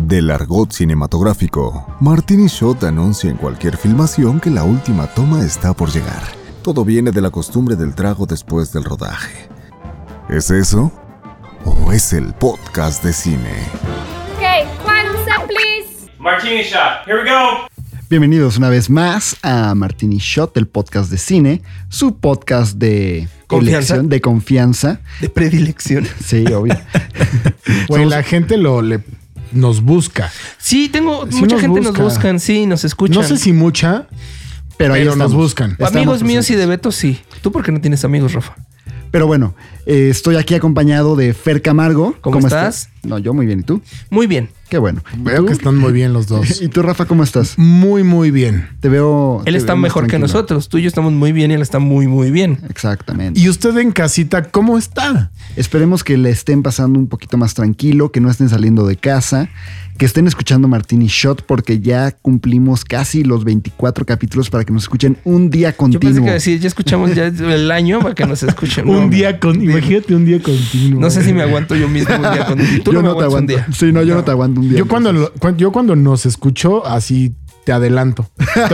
Del argot cinematográfico, Martini Shot anuncia en cualquier filmación que la última toma está por llegar. Todo viene de la costumbre del trago después del rodaje. ¿Es eso? ¿O es el podcast de cine? Okay, final set, please. Martini Shot, here we go. Bienvenidos una vez más a Martini Shot, el podcast de cine, su podcast de ¿Confianza? elección, de confianza. De predilección. Sí, obvio. Güey, la gente nos busca. Sí, Sí mucha nos gente busca. nos buscan, sí, nos escuchan. No sé si mucha, Pero ahí pero nos estamos. buscan. Estamos Amigos míos y presentes. de Beto, sí. ¿Tú por qué no tienes amigos, Rafa? Pero bueno, estoy aquí acompañado de Fer Camargo. ¿Cómo estás? No, yo muy bien. ¿Y tú? Muy bien. Qué bueno. ¿Y Veo tú? que están muy bien los dos. ¿Y tú, Rafa, cómo estás? Muy, muy bien. Te veo... Él te está veo más mejor que tranquilo. nosotros. Tú y yo estamos muy bien y él está muy, muy bien. Exactamente. ¿Y usted en casita cómo está? Esperemos que le estén pasando un poquito más tranquilo, que no estén saliendo de casa, que estén escuchando Martini Shot, porque ya cumplimos casi los 24 capítulos para que nos escuchen un día Yo pensé continuo. que decir, ya escuchamos ya el año para que nos escuchen. Imagínate un día continuo. No sé si me aguanto yo mismo un día con Tú Yo no me no te aguantas un aguanto. día. Sí, no, yo no te aguanto un día. Yo cuando nos escucho, así te adelanto.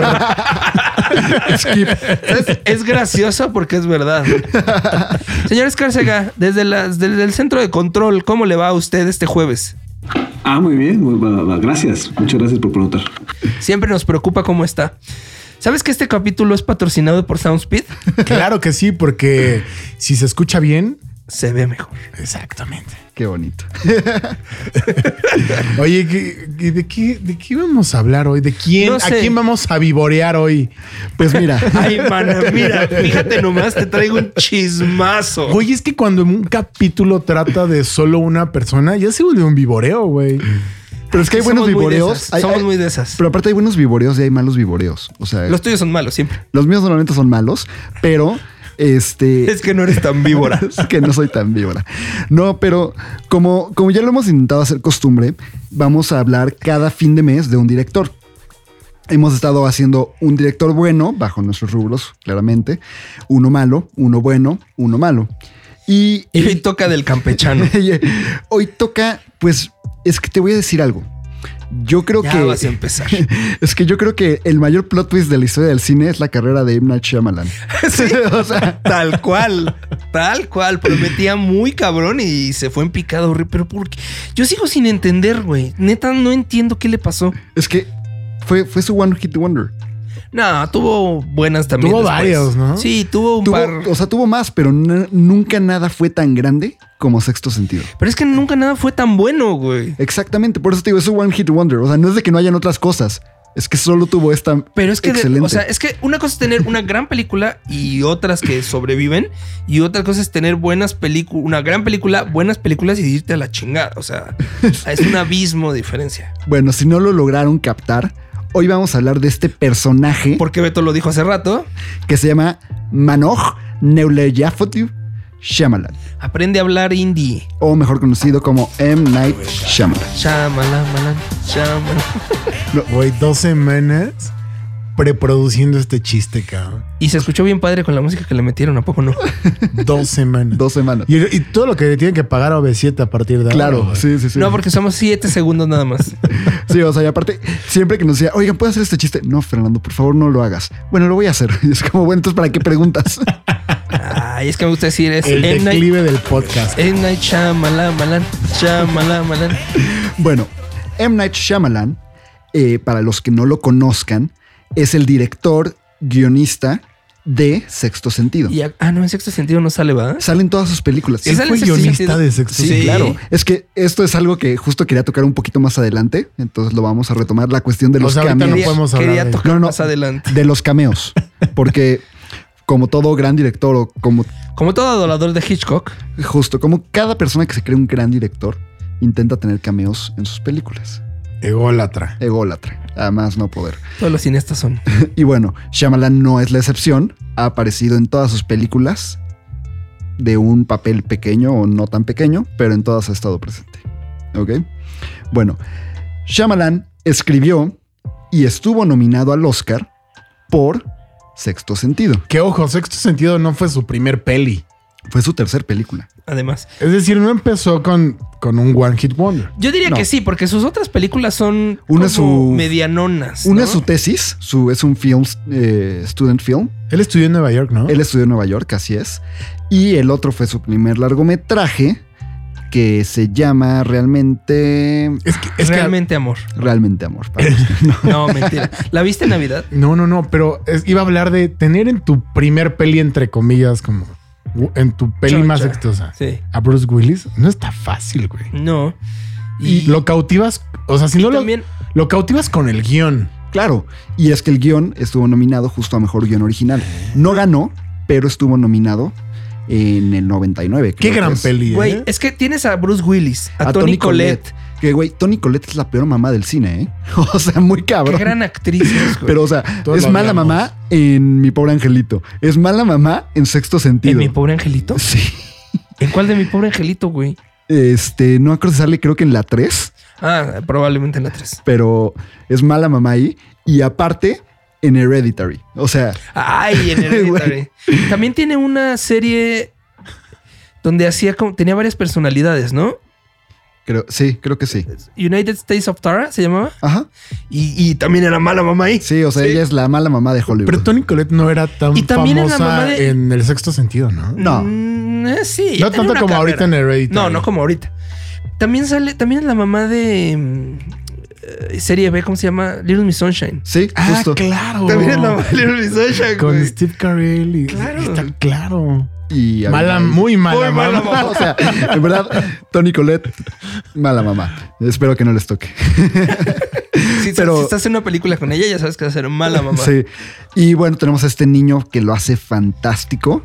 Skip. Es gracioso porque es verdad. Señor Escárcega, desde el centro de control, ¿cómo le va a usted este jueves? Muy bien, gracias. Muchas gracias por preguntar. Siempre nos preocupa cómo está. ¿Sabes que este capítulo es patrocinado por Soundspeed? Claro que sí, porque si se escucha bien, Se ve mejor. exactamente. Qué bonito. Oye, ¿de qué vamos a hablar hoy? ¿De quién? No ¿A sé. quién vamos a vivorear hoy? Pues mira, Ay, mana, mira, fíjate nomás, te traigo un chismazo. Oye, es que cuando un capítulo trata de solo una persona, ya se vuelve un vivoreo, güey. pero es que hay buenos Somos muy de vivoreos. esas, somos muy de esas. Pero aparte hay buenos vivoreos y hay malos vivoreos. O sea, Los tuyos son malos siempre. los míos normalmente son malos, pero Es que no eres tan víbora. Es que no soy tan víbora. No, pero como ya lo hemos intentado hacer costumbre, vamos a hablar cada fin de mes de un director. Hemos estado haciendo un director bueno, bajo nuestros rubros, claramente. Uno malo, uno bueno, uno malo. Y Y hoy toca del campechano. hoy toca, pues, es que te voy a decir algo. Yo creo Ya que... vas a empezar. Es que yo creo que el mayor plot twist de la historia del cine es la carrera de M. Night Shyamalan. Sí, O sea, tal cual. Prometía muy cabrón y se fue en picado horrible. Pero ¿por qué? Yo sigo sin entender, güey. Neta, no entiendo qué le pasó. es que fue su One Hit Wonder. No, tuvo buenas también. Tuvo después. varios, ¿no? Sí, tuvo un par. Tuvo más, pero nunca nada fue tan grande como Sexto Sentido. Pero es que nunca nada fue tan bueno, güey. Exactamente, por eso te digo, es un One Hit Wonder. O sea, no es de que no hayan otras cosas. Es que solo tuvo esta Pero es que, excelente. o sea, es que una cosa es tener una gran película y otras que sobreviven. Y otra cosa es tener una gran película, buenas películas y irte a la chingada. O sea, es un abismo de diferencia. Bueno, si no lo lograron captar, hoy vamos a hablar de este personaje Porque Beto lo dijo hace rato. que se llama Manoj Neuleyafotyu Shyamalan, Aprende a hablar indie. o mejor conocido como M. Night Shyamalan. Shyamalan. Güey, 2 semanas preproduciendo este chiste, cabrón. Y se escuchó bien padre con la música que le metieron, ¿a poco no? 2 semanas. 2 semanas. Y todo lo que le tienen que pagar a OV7 a partir de ahora. Claro, güey. sí. No, porque somos 7 segundos nada más. Sí, o sea, y aparte, siempre que nos decía, oigan, ¿puedo hacer este chiste? No, Fernando, por favor, no lo hagas. Bueno, lo voy a hacer. Y es como, bueno, entonces, ¿para qué preguntas? Ay, es que me gusta decir es El M. Night declive del podcast. Shyamalan. Bueno, M. Night Shyamalan, para los que no lo conozcan, es el director, guionista de Sexto Sentido. No, en Sexto Sentido no sale, ¿va? Salen todas sus películas. ¿Sí Él sale fue en Sexto guionista Sentido? de Sexto Sí, Sentido. claro. Es que esto es algo que justo quería tocar un poquito más adelante. Entonces lo vamos a retomar, la cuestión de O los sea, ahorita no cameos. podemos hablar Quería de- tocar No, no. más adelante. De los cameos. Porque como todo gran director o Como todo adorador de Hitchcock, como cada persona que se cree un gran director intenta tener cameos en sus películas. Ególatra. Ególatra. Además no poder. todos los cineastas son. Y bueno, Shyamalan no es la excepción. Ha aparecido en todas sus películas de un papel pequeño o no tan pequeño, pero en todas ha estado presente. ¿Ok? Bueno, Shyamalan escribió y estuvo nominado al Oscar por Sexto Sentido. Que ojo, Sexto Sentido no fue su primer peli. Fue su tercer película. Además. Es decir, no empezó con un One Hit Wonder. Yo diría No. que sí, porque sus otras películas son Una como es su- medianonas. Una ¿no? es su tesis, es un film, student film. Él estudió en Nueva York, ¿no? Él estudió en Nueva York, así es. Y el otro fue su primer largometraje, que se llama Realmente Realmente amor. Amor. para los que no. No, mentira. ¿La viste en Navidad? No, pero iba a hablar de tener en tu primer peli, entre comillas, como en tu peli Choncha. más exitosa, Sí. a Bruce Willis. No está fácil, güey. No. Y lo cautivas, o sea, si y no también, lo cautivas con el guión. Claro, y es que el guión estuvo nominado justo a Mejor Guión Original. No ganó, pero estuvo nominado en el 99. Qué creo gran que es. peli, güey, ¿eh? es que tienes a Bruce Willis, a Toni Collette. Que, güey, Toni Collette es la peor mamá del cine, ¿eh? O sea, muy Qué cabrón. gran actriz es, güey. Pero, o sea, Todos es lo mala odiamos. mamá en Mi Pobre Angelito. Es mala mamá en Sexto Sentido. ¿En Mi Pobre Angelito? Sí. ¿En cuál de Mi Pobre Angelito, güey? No creo que sale, creo que en la 3, Ah, probablemente en la 3. pero es mala mamá ahí. Y aparte, en Hereditary. O sea, Ay, en Hereditary. También tiene una serie donde tenía varias personalidades, ¿no? creo que sí. United States of Tara se llamaba. Ajá. Y también era mala mamá ahí. Sí, o sea, ella es la mala mamá de Hollywood. Pero Toni Collette no era tan Y también es la famosa mamá de- en El Sexto Sentido, ¿no? No. Sí. No ya tenía tanto una como ahorita carrera. en Hereditary. No, no como ahorita. También es la mamá de serie B, ¿cómo se llama? Little Miss Sunshine. Sí, Ah, justo. claro. También es la mamá de Little Miss Sunshine, Con güey. Steve Carell. Y, Claro. Claro. Y Mala, muy mala, Muy mala mamá. mamá. O sea, en verdad, Toni Collette, mala mamá. Espero que no les toque. Pero- Si estás en una película con ella, ya sabes que va a ser mala mamá. Sí. Y bueno, tenemos a este niño que lo hace fantástico.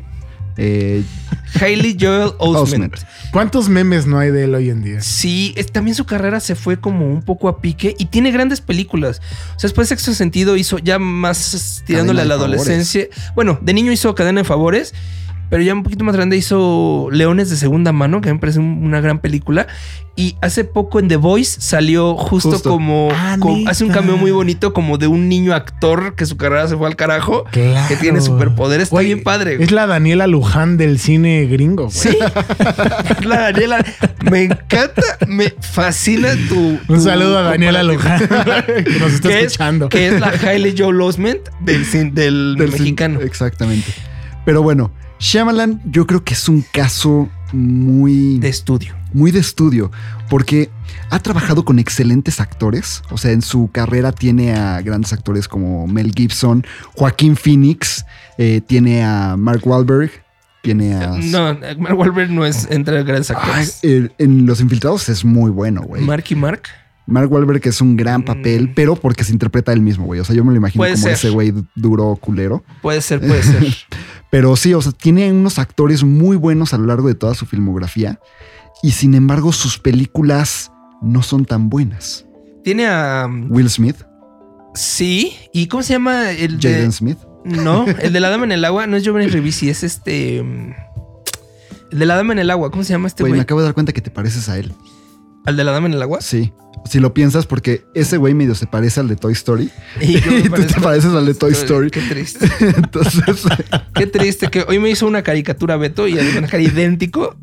Hailey Joel Osment. Osment. ¿Cuántos memes no hay de él hoy en día? Sí, también su carrera se fue como un poco a pique y tiene grandes películas. O sea, después de Sexto Sentido hizo ya más tirándole Cadena a la de Favores. adolescencia. Bueno, de niño hizo Cadena de Favores, pero ya un poquito más grande hizo Leones de Segunda Mano, que me parece una gran película. Y hace poco en The Voice salió justo. como ¿neta? hace un cameo muy bonito como de un niño actor que su carrera se fue al carajo, Claro. que tiene superpoderes. Está Güey, bien padre. Es la Daniela Luján del cine gringo, güey. Sí, la Daniela. Me encanta, me fascina tu. Un saludo a Daniela comparativo. Luján que nos está Que escuchando. que es la Hailey Joel Osment del mexicano. Exactamente. Pero bueno, Shyamalan yo creo que es un caso muy De estudio. muy de estudio, porque ha trabajado con excelentes actores. O sea, en su carrera tiene a grandes actores como Mel Gibson, Joaquín Phoenix, tiene a Mark Wahlberg, tiene a... No, Mark Wahlberg no es entre grandes Ay, actores. en Los Infiltrados es muy bueno, güey. Mark y Mark. Mark Wahlberg es un gran papel, pero porque se interpreta él mismo, güey. O sea, yo me lo imagino Puede como ser. ese güey duro culero. Puede ser, puede ser. Pero sí, o sea, tiene unos actores muy buenos a lo largo de toda su filmografía. Y sin embargo, sus películas no son tan buenas. Tiene a. Will Smith, Sí. ¿Y cómo se llama el de. Jaden Smith. No, el de la dama en el agua. No es Giovanni Ribisi, es El de la dama en el agua. ¿Cómo se llama este Güey, me güey? acabo de dar cuenta que te pareces a él. ¿Al de la dama en el agua? Sí. Si lo piensas, porque ese güey medio se parece al de Toy Story. Y yo me Y tú te parezco- pareces al de Toy Story. Qué triste. Entonces, Qué triste que hoy me hizo una caricatura Beto y además era idéntico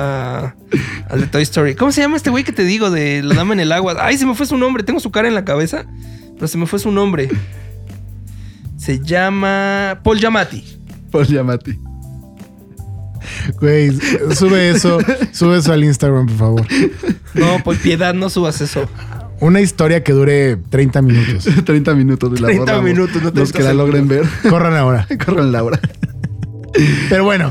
al de Toy Story. ¿Cómo se llama este güey que te digo de la dama en el agua? Ay, se me fue su nombre. Tengo su cara en la cabeza, pero se me fue su nombre. Se llama Paul Giamatti. Paul Giamatti. Güey, sube eso al Instagram, por favor. No, por piedad, no subas eso. Una historia que dure 30 minutos. 30 minutos de la 30 borramos. minutos, no 30 Los que la logren ver, Corran ahora. corran Laura. Pero bueno,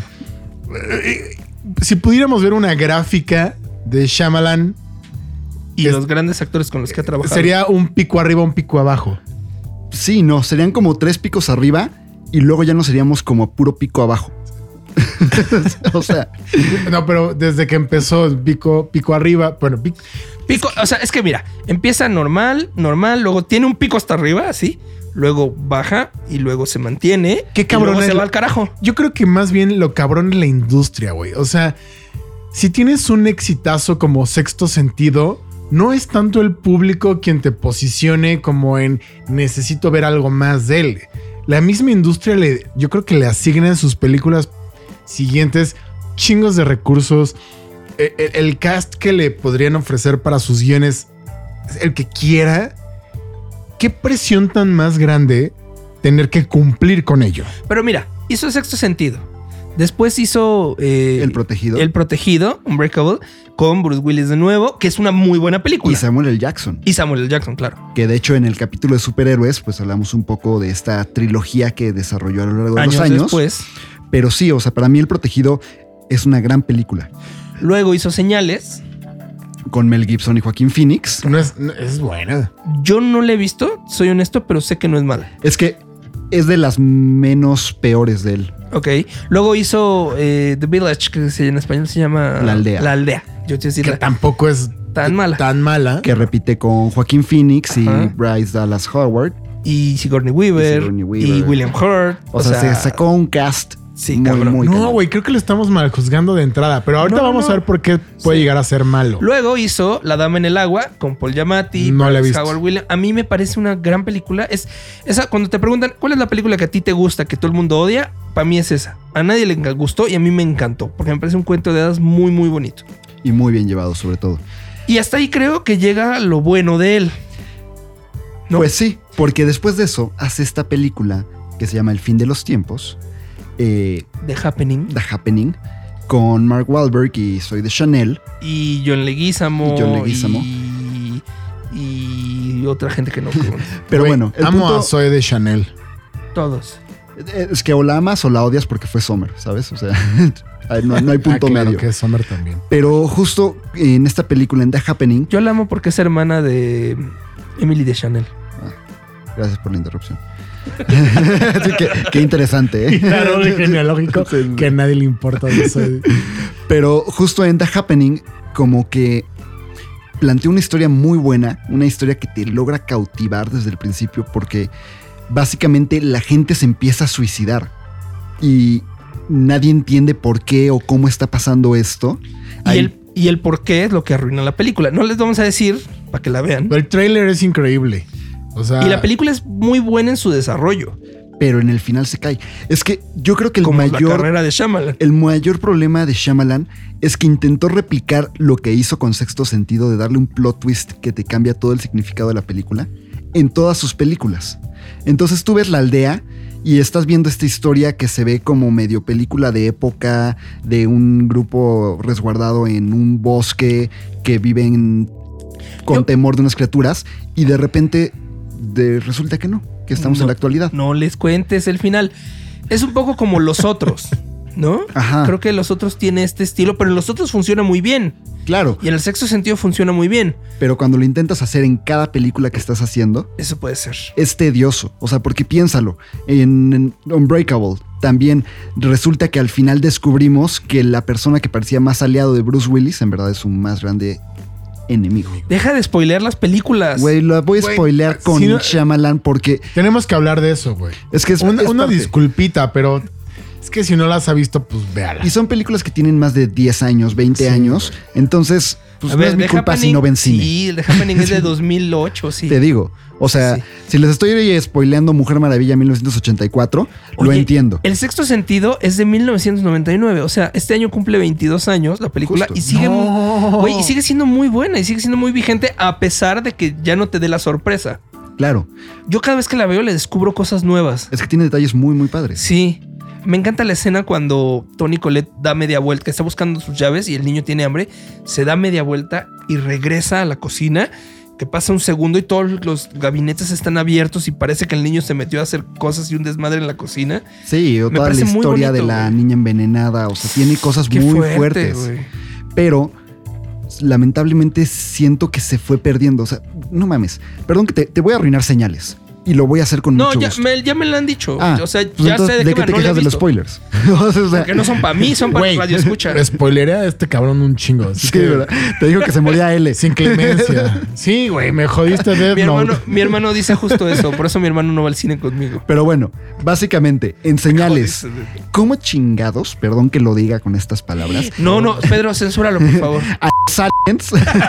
si pudiéramos ver una gráfica de Shyamalan, Y Es- los grandes actores con los que ha trabajado. sería un pico arriba, un pico abajo. Sí, no, serían como 3 picos arriba y luego ya no seríamos como puro pico abajo. O sea, No, pero desde que empezó pico arriba, bueno, Pico, o sea, es que mira, empieza normal, luego tiene un pico hasta arriba, así. Luego baja y luego se mantiene. Qué y cabrón luego es se la- va al carajo. yo creo que más bien lo cabrón es la industria, güey. O sea, si tienes un exitazo como Sexto Sentido, no es tanto el público quien te posicione como en necesito ver algo más de él. La misma industria yo creo que le asigna en sus películas siguientes chingos de recursos. El cast que le podrían ofrecer para sus guiones, el que quiera. ¿Qué presión tan más grande tener que cumplir con ello? Pero mira, hizo Sexto Sentido. Después hizo El Protegido. El Protegido, Unbreakable, con Bruce Willis de nuevo, que es una muy buena película. Y Samuel L. Jackson. Y Samuel L. Jackson, claro. Que de hecho en el capítulo de superhéroes, pues hablamos un poco de esta trilogía que desarrolló a lo largo de los años. Después. Pero sí, o sea, para mí El Protegido es una gran película. Luego hizo Señales. Con Mel Gibson y Joaquín Phoenix. Es buena. Yo no la he visto, soy honesto, pero sé que no es mala. Es que es de las menos peores de él. Ok. Luego hizo The Village, que en español se llama... La Aldea. La Aldea. Yo te Que decía tampoco es tan mala. Tan mala. Que repite con Joaquín Phoenix y Ajá. Bryce Dallas Howard. Y Sigourney Weaver. Y William Hurt. O sea, se sacó un cast Sí, muy, cabrón. muy No, cabrón. güey, creo que lo estamos mal juzgando de entrada. Pero ahorita No, vamos no. a ver por qué puede llegar a ser malo. Luego hizo La Dama en el Agua con Paul Giamatti, No la he visto. Howard Williams. A mí me parece una gran película. Es esa, cuando te preguntan cuál es la película que a ti te gusta, que todo el mundo odia, para mí es esa. A nadie le gustó y a mí me encantó, porque me parece un cuento de hadas muy, muy bonito. Y muy bien llevado, sobre todo. Y hasta ahí creo que llega lo bueno de él. ¿No? Pues sí, porque después de eso hace esta película que se llama El fin de los tiempos, The Happening. The Happening, con Mark Wahlberg y Zoe de Chanel. Y John Leguizamo. Y John Leguizamo. Y otra gente que no. Pero Güey, bueno, el amo punto a Zoe de Chanel. Todos. es que o la amas o la odias porque fue Summer, ¿sabes? O sea, no hay punto claro, medio. que es Summer también. Pero justo en esta película, en The Happening, Yo la amo porque es hermana de Emily de Chanel. gracias por la interrupción. Así que, qué interesante, ¿eh? Claro, de genealógico Sí. que a nadie le importa de eso. Pero justo en The Happening, como que plantea una historia muy buena, una historia que te logra cautivar desde el principio, porque básicamente la gente se empieza a suicidar y nadie entiende por qué o cómo está pasando esto. Y el por qué es lo que arruina la película. No les vamos a decir para que la vean. El tráiler es increíble. O sea, Y la película es muy buena en su desarrollo. Pero en el final se cae. Es que yo creo que Como la carrera de Shyamalan. el mayor problema de Shyamalan es que intentó replicar lo que hizo con Sexto Sentido, de darle un plot twist que te cambia todo el significado de la película, en todas sus películas. Entonces tú ves La Aldea y estás viendo esta historia que se ve como medio película de época, de un grupo resguardado en un bosque que viven con temor de unas criaturas, y de repente resulta que no, que estamos en la actualidad. No les cuentes el final. Es un poco como Los Otros, ¿no? Ajá. Creo que Los Otros tiene este estilo, pero en Los Otros funciona muy bien. Claro, Y en El Sexto Sentido funciona muy bien. pero cuando lo intentas hacer en cada película que estás haciendo, Eso puede ser. es tedioso. O sea, porque piénsalo, en Unbreakable también resulta que al final descubrimos que la persona que parecía más aliado de Bruce Willis en verdad es su más grande enemigo. Deja de spoilear las películas. Güey, lo voy a Güey, spoilear con si no- Shyamalan porque tenemos que hablar de eso, güey. es que es Una parte. disculpita, pero es que si no las ha visto, pues véala. Y son películas que tienen más de 10 años, 20 Sí, años. Entonces, pues A no ver, es mi The culpa si Happening- no ven cine. Sí, The Happening es de 2008, sí. Te digo. O sea, Sí. si les estoy spoileando Mujer Maravilla 1984, lo Oye, entiendo. El Sexto Sentido es de 1999. O sea, este año cumple 22 años la película. Justo. Y sigue, No. güey, y sigue siendo muy buena y sigue siendo muy vigente a pesar de que ya no te dé la sorpresa. Claro. Yo cada vez que la veo le descubro cosas nuevas. Es que tiene detalles muy, muy padres. Sí. Me encanta la escena cuando Toni Collette da media vuelta, que está buscando sus llaves y el niño tiene hambre, se da media vuelta y regresa a la cocina, que pasa un segundo y todos los gabinetes están abiertos y parece que el niño se metió a hacer cosas y un desmadre en la cocina. Sí, o Me toda la parece muy historia bonito, de la güey. niña envenenada. O sea, tiene cosas Qué muy fuerte, fuertes. güey. Pero lamentablemente siento que se fue perdiendo. O sea, no mames. Perdón que te voy a arruinar Señales. Y lo voy a hacer con No, mucho ya gusto. ya me lo han dicho. Ah, O sea, pues ya entonces, sé de qué qué va, te no la he quejas de los visto. spoilers? O sea, Porque no son para mí, son para Güey, Radio Escucha. Spoileré a este cabrón un chingo. Así sí, que, ¿verdad? Te dijo que se moría L. sin clemencia. Sí, güey, me jodiste Death Note. Mi hermano dice justo eso, por eso mi hermano no va al cine conmigo. Pero bueno, básicamente, en Señales, ¿cómo chingados, perdón que lo diga con estas palabras, No, Pedro, censúralo, por favor. a los aliens,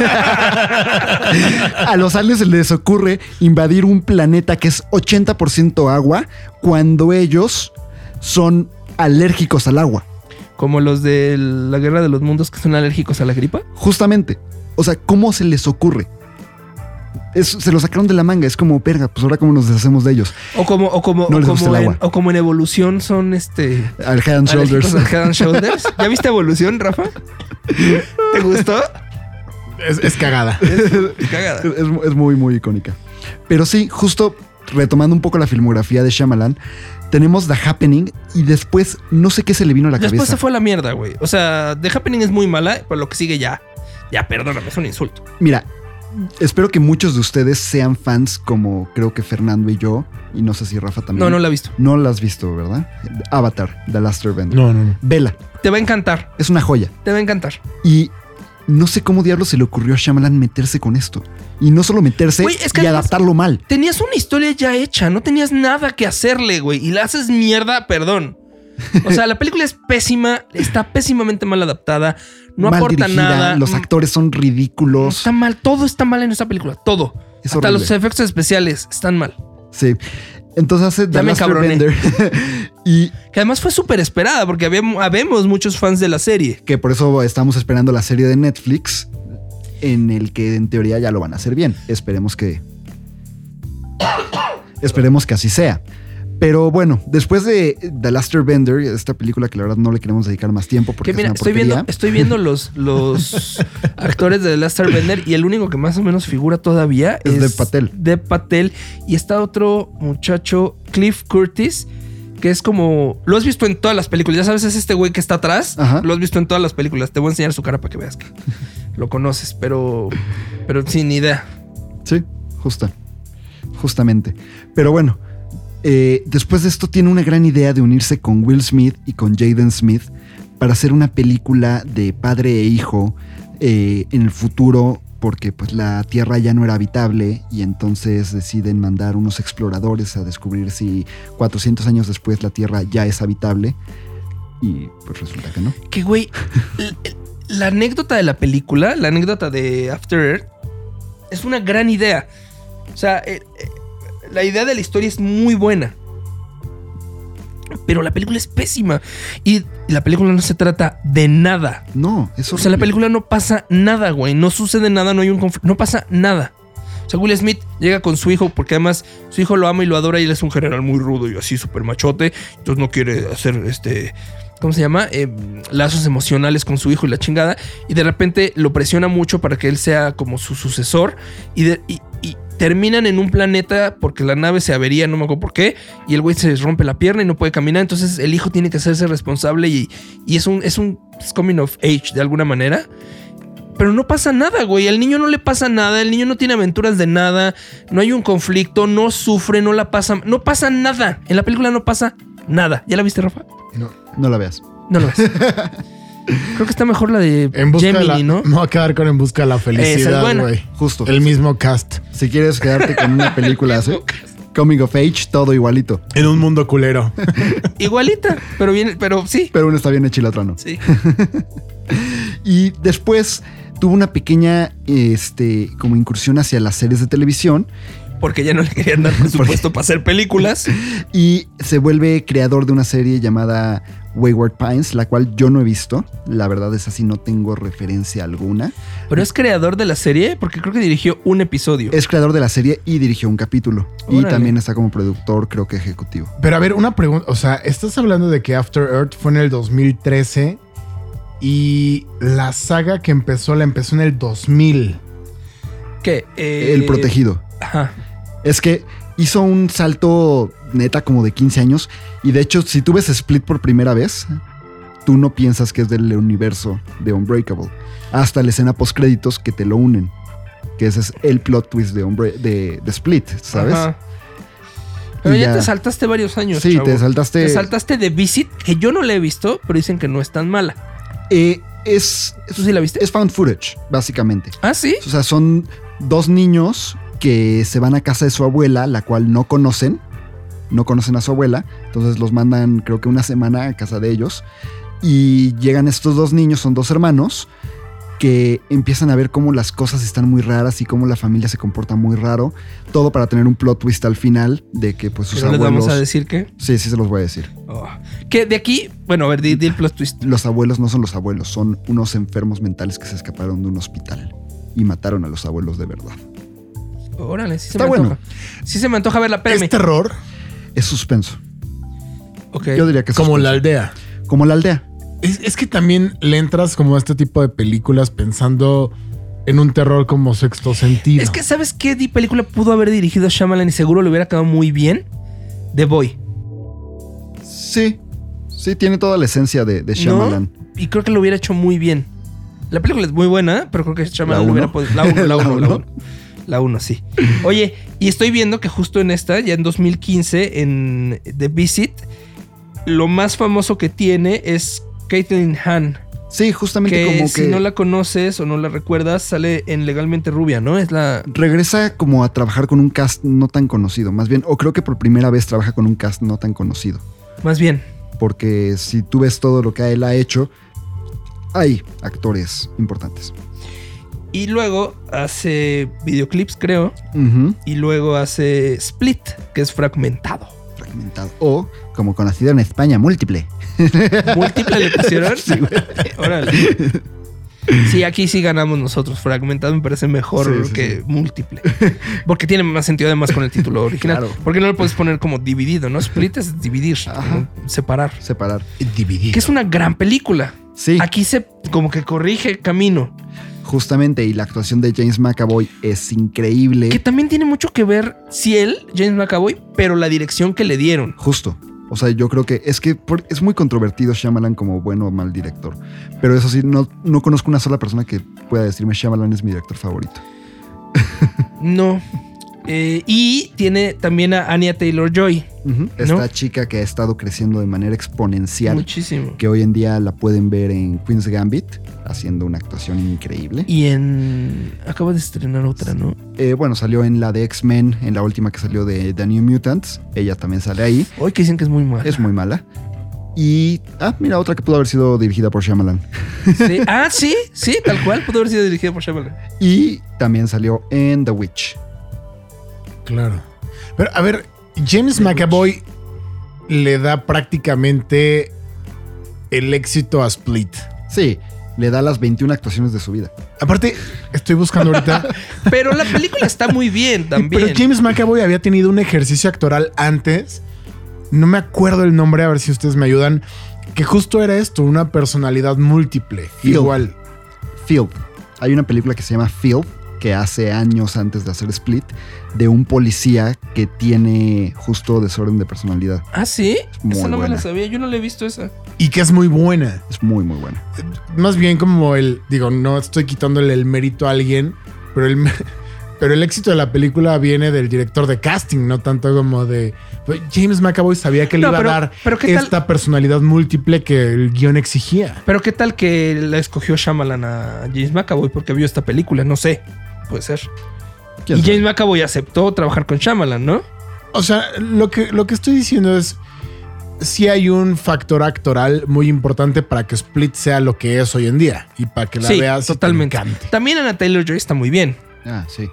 a los aliens se les ocurre invadir un planeta que es 80% agua cuando ellos son alérgicos al agua? Como los de la Guerra de los Mundos que son alérgicos a la gripa. Justamente. O sea, ¿cómo se les ocurre? Se lo sacaron de la manga. Es como, verga, pues ahora cómo nos deshacemos de ellos. No les gusta el agua. O como en Evolución son Al Head and Shoulders. Al Head and Shoulders. ¿Ya viste Evolución, Rafa? ¿Te gustó? Es cagada. Es cagada. Es muy, muy icónica. Pero sí, justo retomando un poco la filmografía de Shyamalan, tenemos The Happening y después no sé qué se le vino a la cabeza. Después se fue a la mierda, güey. O sea, The Happening es muy mala, pero lo que sigue ya, perdóname, es un insulto. Mira, espero que muchos de ustedes sean fans como creo que Fernando y yo, y no sé si Rafa también. No la he visto. No la has visto, ¿verdad? Avatar, The Last Airbender. No. Vela. Te va a encantar. Es una joya. Te va a encantar. Y no sé cómo diablos se le ocurrió a Shyamalan meterse con esto. Y no solo meterse, güey, es que y adaptarlo mal. Tenías una historia ya hecha, no tenías nada que hacerle, güey. Y la haces mierda, perdón. O sea, la película es pésima, está pésimamente mal adaptada, no mal aporta dirigida, nada. Los actores son ridículos. Está mal, todo está mal en esa película, todo. Es Hasta horrible. los efectos especiales están mal. Sí. Entonces hace Ya The me Last encabroné. Airbender. Y Que además fue súper esperada porque habemos muchos fans de la serie. que por eso estamos esperando la serie de Netflix, en el que en teoría ya lo van a hacer bien. Esperemos que así sea. Pero bueno, después de The Last Airbender, esta película que la verdad no le queremos dedicar más tiempo porque Que mira, es una porquería. estoy viendo los actores de The Last Airbender y el único que más o menos figura todavía Es Dev Patel. Dev Patel. Y está otro muchacho, Cliff Curtis, que es como... Lo has visto en todas las películas. Ya sabes, es este güey que está atrás. Ajá. Lo has visto en todas las películas. Te voy a enseñar su cara para que veas que lo conoces, pero sin idea. Sí, justamente. Pero bueno, después de esto tiene una gran idea de unirse con Will Smith y con Jaden Smith para hacer una película de padre e hijo en el futuro, porque pues la Tierra ya no era habitable y entonces deciden mandar unos exploradores a descubrir si 400 años después la Tierra ya es habitable y pues resulta que no. Que güey, la anécdota de la película, la anécdota de After Earth, es una gran idea. O sea, la idea de la historia es muy buena. Pero la película es pésima. Y la película no se trata de nada. No, eso. O sea, la película no pasa nada, güey. No sucede nada, no hay un conflicto. No pasa nada. O sea, Will Smith llega con su hijo porque además su hijo lo ama y lo adora y él es un general muy rudo y así súper machote. Entonces no quiere hacer ¿cómo se llama? Lazos emocionales con su hijo y la chingada. Y de repente lo presiona mucho para que él sea como su sucesor. Y terminan en un planeta porque la nave se avería, no me acuerdo por qué. Y el güey se rompe la pierna y no puede caminar. Entonces el hijo tiene que hacerse responsable y es un coming of age de alguna manera. Pero no pasa nada, güey. Al niño no le pasa nada. El niño no tiene aventuras de nada. No hay un conflicto. No sufre. No la pasa. No pasa nada. En la película no pasa nada. ¿Ya la viste, Rafa? No la veas. No lo ves. Creo que está mejor la de Gemini, ¿no? Me voy a quedar con En Busca de la Esa es Felicidad, buena. güey. Justo. El mismo cast. Si quieres quedarte con una película así, coming of age, todo igualito. En un mundo culero. Igualita, pero bien, pero sí. Pero una está bien hecha y la otra no. Sí. Y después tuvo una pequeña como incursión hacia las series de televisión Porque ya no le querían dar presupuesto para hacer películas. y se vuelve creador de una serie llamada Wayward Pines, la cual yo no he visto. La verdad es así, no tengo referencia alguna. Pero es creador de la serie porque creo que dirigió un episodio. Es creador de la serie y dirigió un capítulo. Y Órale. también está como productor, creo que ejecutivo. Pero a ver, una pregunta. O sea, estás hablando de que After Earth fue en el 2013 y la saga que la empezó en el 2000. ¿Qué? El Protegido. Ajá. Es que hizo un salto neta como de 15 años. Y de hecho, si tú ves Split por primera vez, tú no piensas que es del universo de Unbreakable. Hasta la escena post créditos que te lo unen. Que ese es el plot twist de Split, ¿sabes? Ajá. Pero Y ya ya te saltaste varios años. Sí, chavo. te saltaste. Te saltaste de Visit, que yo no la he visto, pero dicen que no es tan mala. ¿Tú sí la viste? Es found footage, básicamente. Ah, sí. O sea, son dos niños que se van a casa de su abuela, la cual no conocen a su abuela, entonces los mandan creo que una semana a casa de ellos y llegan estos dos niños, son dos hermanos que empiezan a ver cómo las cosas están muy raras y cómo la familia se comporta muy raro. Todo para tener un plot twist al final de que pues sus ¿Pero abuelos... les vamos a decir qué? Sí, se los voy a decir. Oh. Que de aquí, bueno, a ver, di el plot twist. Los abuelos no son los abuelos, son unos enfermos mentales que se escaparon de un hospital y mataron a los abuelos de verdad. Órale, sí se Está me bueno. antoja. Sí se me antoja verla, espérame. ¿Es terror? Es suspenso. Ok. Yo diría que es Como suspenso. La Aldea. Como La Aldea. Es que también le entras como a este tipo de películas pensando en un terror como Sexto Sentido. Es que, ¿sabes qué película pudo haber dirigido Shyamalan y seguro le hubiera quedado muy bien? The Boy. Sí, tiene toda la esencia de Shyamalan. ¿No? Y creo que lo hubiera hecho muy bien. La película es muy buena, pero creo que Shyamalan ¿La lo hubiera uno? podido... La 1. ¿La uno? La 1, sí. Oye, y estoy viendo que justo en esta, ya en 2015, en The Visit, lo más famoso que tiene es Caitlin Hahn. Sí, justamente Que como si que no la conoces o no la recuerdas, sale en Legalmente Rubia, ¿no? Es la... regresa como a trabajar con un cast no tan conocido. Más bien, o creo que por primera vez trabaja con un cast no tan conocido. Más bien. Porque si tú ves todo lo que él ha hecho, hay actores importantes. Y luego hace videoclips, creo. Ujú. Y luego hace Split, que es fragmentado. Fragmentado. O, como conocido en España, múltiple. ¿Múltiple le pusieron? Sí, güey. Órale. Sí, aquí sí ganamos nosotros. Fragmentado me parece mejor Sí, que múltiple. Porque tiene más sentido además con el título original. Claro. Porque no lo puedes poner como dividido, ¿no? Split es dividir, como separar. Separar. Dividido. Que es una gran película. Sí. Aquí se como que corrige camino. Justamente, y la actuación de James McAvoy es increíble. Que también tiene mucho que ver, si él, James McAvoy, pero la dirección que le dieron. Justo. O sea, yo creo que es muy controvertido Shyamalan como bueno o mal director. Pero eso sí, no conozco una sola persona que pueda decirme Shyamalan es mi director favorito. No. Y tiene también a Anya Taylor-Joy. Ujú. Esta chica que ha estado creciendo de manera exponencial. Muchísimo. Que hoy en día la pueden ver en Queen's Gambit, haciendo una actuación increíble. Y acaba de estrenar otra, ¿no? Bueno, salió en la de X-Men, en la última que salió de The New Mutants. Ella también sale ahí. Hoy que dicen que es muy mala. Es muy mala. Y, mira, otra que pudo haber sido dirigida por Shyamalan. Sí. Ah, sí, tal cual. Pudo haber sido dirigida por Shyamalan. Y también salió en The Witch. Claro. Pero, a ver, James McAvoy le da prácticamente el éxito a Split. Sí, le da las 21 actuaciones de su vida. Aparte, estoy buscando ahorita. Pero la película está muy bien también. Pero James McAvoy había tenido un ejercicio actoral antes. No me acuerdo el nombre, a ver si ustedes me ayudan. Que justo era esto, una personalidad múltiple. Field. Igual. Field. Hay una película que se llama Field, que hace años antes de hacer Split, de un policía que tiene justo desorden de personalidad. Ah, sí. Muy Esa no me buena. la sabía. Yo no la he visto esa. Y que es muy buena. Es muy, muy buena. Más bien como no estoy quitándole el mérito a alguien, pero el éxito de la película viene del director de casting, no tanto como de... James McAvoy sabía que le iba a dar pero ¿qué tal? esta personalidad múltiple que el guión exigía. Pero ¿qué tal que la escogió Shyamalan a James McAvoy porque vio esta película? No sé. Puede ser. Y ¿Quién sabe? James McAvoy aceptó trabajar con Shyamalan, ¿no? O sea, lo que estoy diciendo es... Sí hay un factor actoral muy importante para que Split sea lo que es hoy en día. Y para que la Sí, veas y te totalmente. encante. También Anya Taylor-Joy está muy bien. Sí.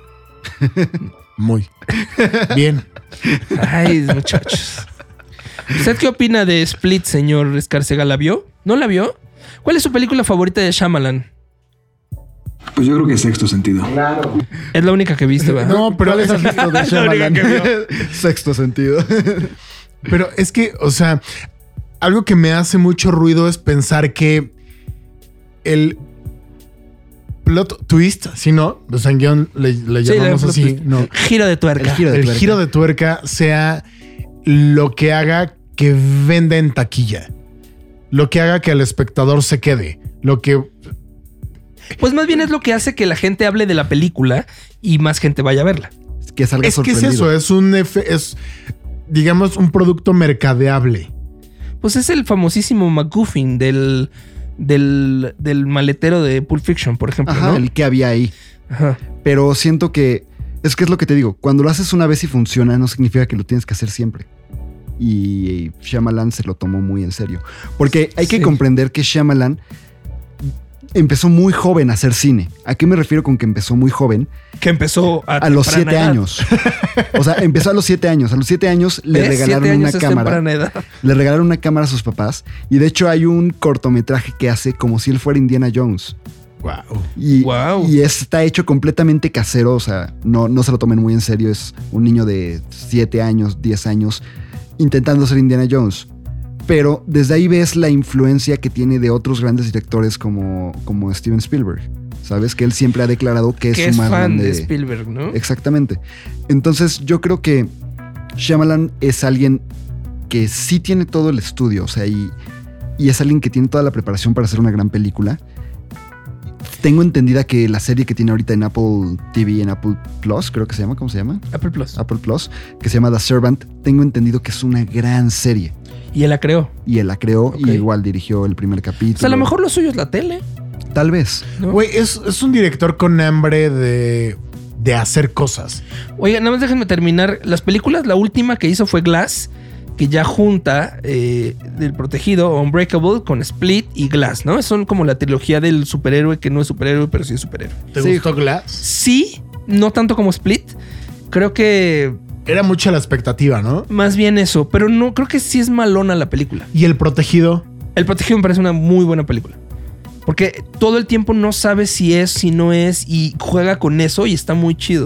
Muy. Bien. Ay, muchachos. ¿Usted qué opina de Split, señor Escarcega? ¿La vio? ¿No la vio? ¿Cuál es su película favorita de Shyamalan? Pues yo creo que es Sexto Sentido. Es la única que viste, ¿verdad? No, pero ¿Cuál es el gesto de Es la única Shyamalan? que vio. Sexto Sentido. Pero es que, o sea, algo que me hace mucho ruido es pensar que el plot twist, si no, pues en guión le Sí, llamamos plot así, twist. no. Giro de tuerca. El giro de El tuerca. giro de tuerca sea lo que haga que venda en taquilla. Lo que haga que el espectador se quede. Lo que... Pues más bien es lo que hace que la gente hable de la película y más gente vaya a verla. Que salga Es que es sorprendido. eso, es digamos un producto mercadeable. Pues es el famosísimo MacGuffin del maletero de Pulp Fiction, por ejemplo, Ajá, ¿no? el que había ahí. Ajá. Pero siento que es lo que te digo. Cuando lo haces una vez y funciona, no significa que lo tienes que hacer siempre. Y Shyamalan se lo tomó muy en serio. Porque hay que Sí. comprender que Shyamalan empezó muy joven a hacer cine. ¿A qué me refiero con que empezó muy joven? Que empezó A los 7 años. O sea, empezó a los 7 años. A los 7 años le regalaron una cámara. Le regalaron una cámara a sus papás. Y de hecho hay un cortometraje que hace como si él fuera Indiana Jones. Wow. Y está hecho completamente casero. O sea, no se lo tomen muy en serio. Es un niño de 7 años, 10 años intentando ser Indiana Jones. Pero desde ahí ves la influencia que tiene de otros grandes directores como Steven Spielberg. ¿Sabes? Que él siempre ha declarado que es su más fan grande... de Spielberg, ¿no? Exactamente. Entonces yo creo que Shyamalan es alguien que sí tiene todo el estudio. O sea, y es alguien que tiene toda la preparación para hacer una gran película. Tengo entendida que la serie que tiene ahorita en Apple TV, en Apple Plus, creo que se llama, ¿cómo se llama? Apple Plus. Apple Plus, que se llama The Servant. Tengo entendido que es una gran serie. Y él la creó. Y él la creó Ok. y igual dirigió el primer capítulo. O sea, a lo mejor lo suyo es la tele. Tal vez. ¿No? Güey, es un director con hambre de hacer cosas. Oiga, nada más déjenme terminar. Las películas, la última que hizo fue Glass, que ya junta del protegido Unbreakable con Split y Glass, ¿no? Son como la trilogía del superhéroe que no es superhéroe, pero sí es superhéroe. ¿Te Sí. gustó Glass? Sí, no tanto como Split. Creo que Era mucha la expectativa, ¿no? más bien eso, pero no, creo que sí es malona la película. Y El Protegido. El protegido me parece una muy buena película. Porque todo el tiempo no sabes si es, si no es, y juega con eso y está muy chido.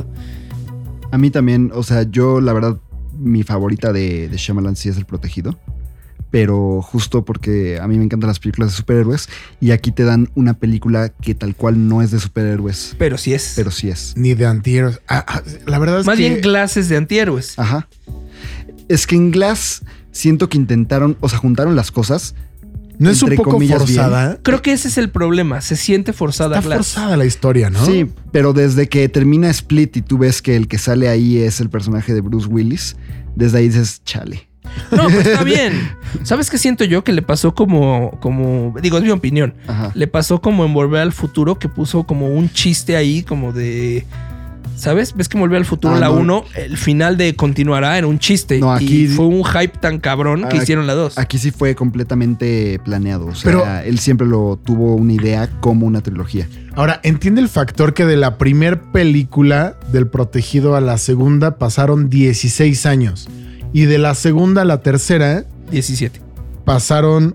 A mí también, o sea, yo la verdad, mi favorita de Shyamalan sí es El Protegido. Pero justo porque a mí me encantan las películas de superhéroes y aquí te dan una película que tal cual no es de superhéroes, Pero sí es. pero sí es. Ni de antihéroes. La verdad es Más que... bien clases de antihéroes. Ajá. Es que en Glass siento que intentaron, o sea, juntaron las cosas. ¿No es un entre poco comillas, forzada? Creo que ese es el problema. Se siente forzada Está Glass. forzada la historia, ¿no? Sí, pero desde que termina Split y tú ves que el que sale ahí es el personaje de Bruce Willis, desde ahí dices, chale. No, pero está bien. ¿Sabes qué siento yo? Que le pasó como digo, es mi opinión. Ajá. Le pasó como en Volver al Futuro, que puso como un chiste ahí, como de... ¿Sabes? ¿Ves que en Volver al Futuro Ah, la no. 1, el final de Continuará era un chiste? No, aquí- y fue un hype tan cabrón que Ah, hicieron la 2. Aquí sí fue completamente planeado. O sea, Pero- él siempre lo tuvo una idea como una trilogía. Ahora, entiende el factor que de la primer película del Protegido a la segunda pasaron 16 años. Y de la segunda a la tercera 17. pasaron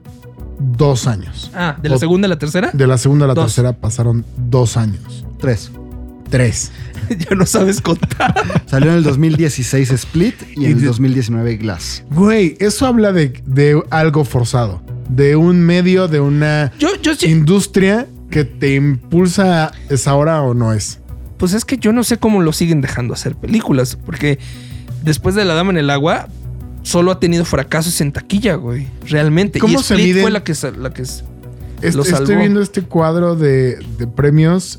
2 años. Ah, ¿de la O- segunda a la tercera? De la segunda a la 2. tercera pasaron 2 años. 3. 3. Ya no sabes contar. Salió en el 2016 Split y en Y el de- 2019 Glass. Güey, eso habla de algo forzado. De un medio, de una Yo sí. industria que te impulsa, ¿es ahora o no es? Pues es que yo no sé cómo lo siguen dejando hacer películas, porque después de La Dama en el Agua, solo ha tenido fracasos en taquilla, güey. Realmente. ¿Cómo y se Split miden? fue la que Lo salvó. Estoy viendo este cuadro de premios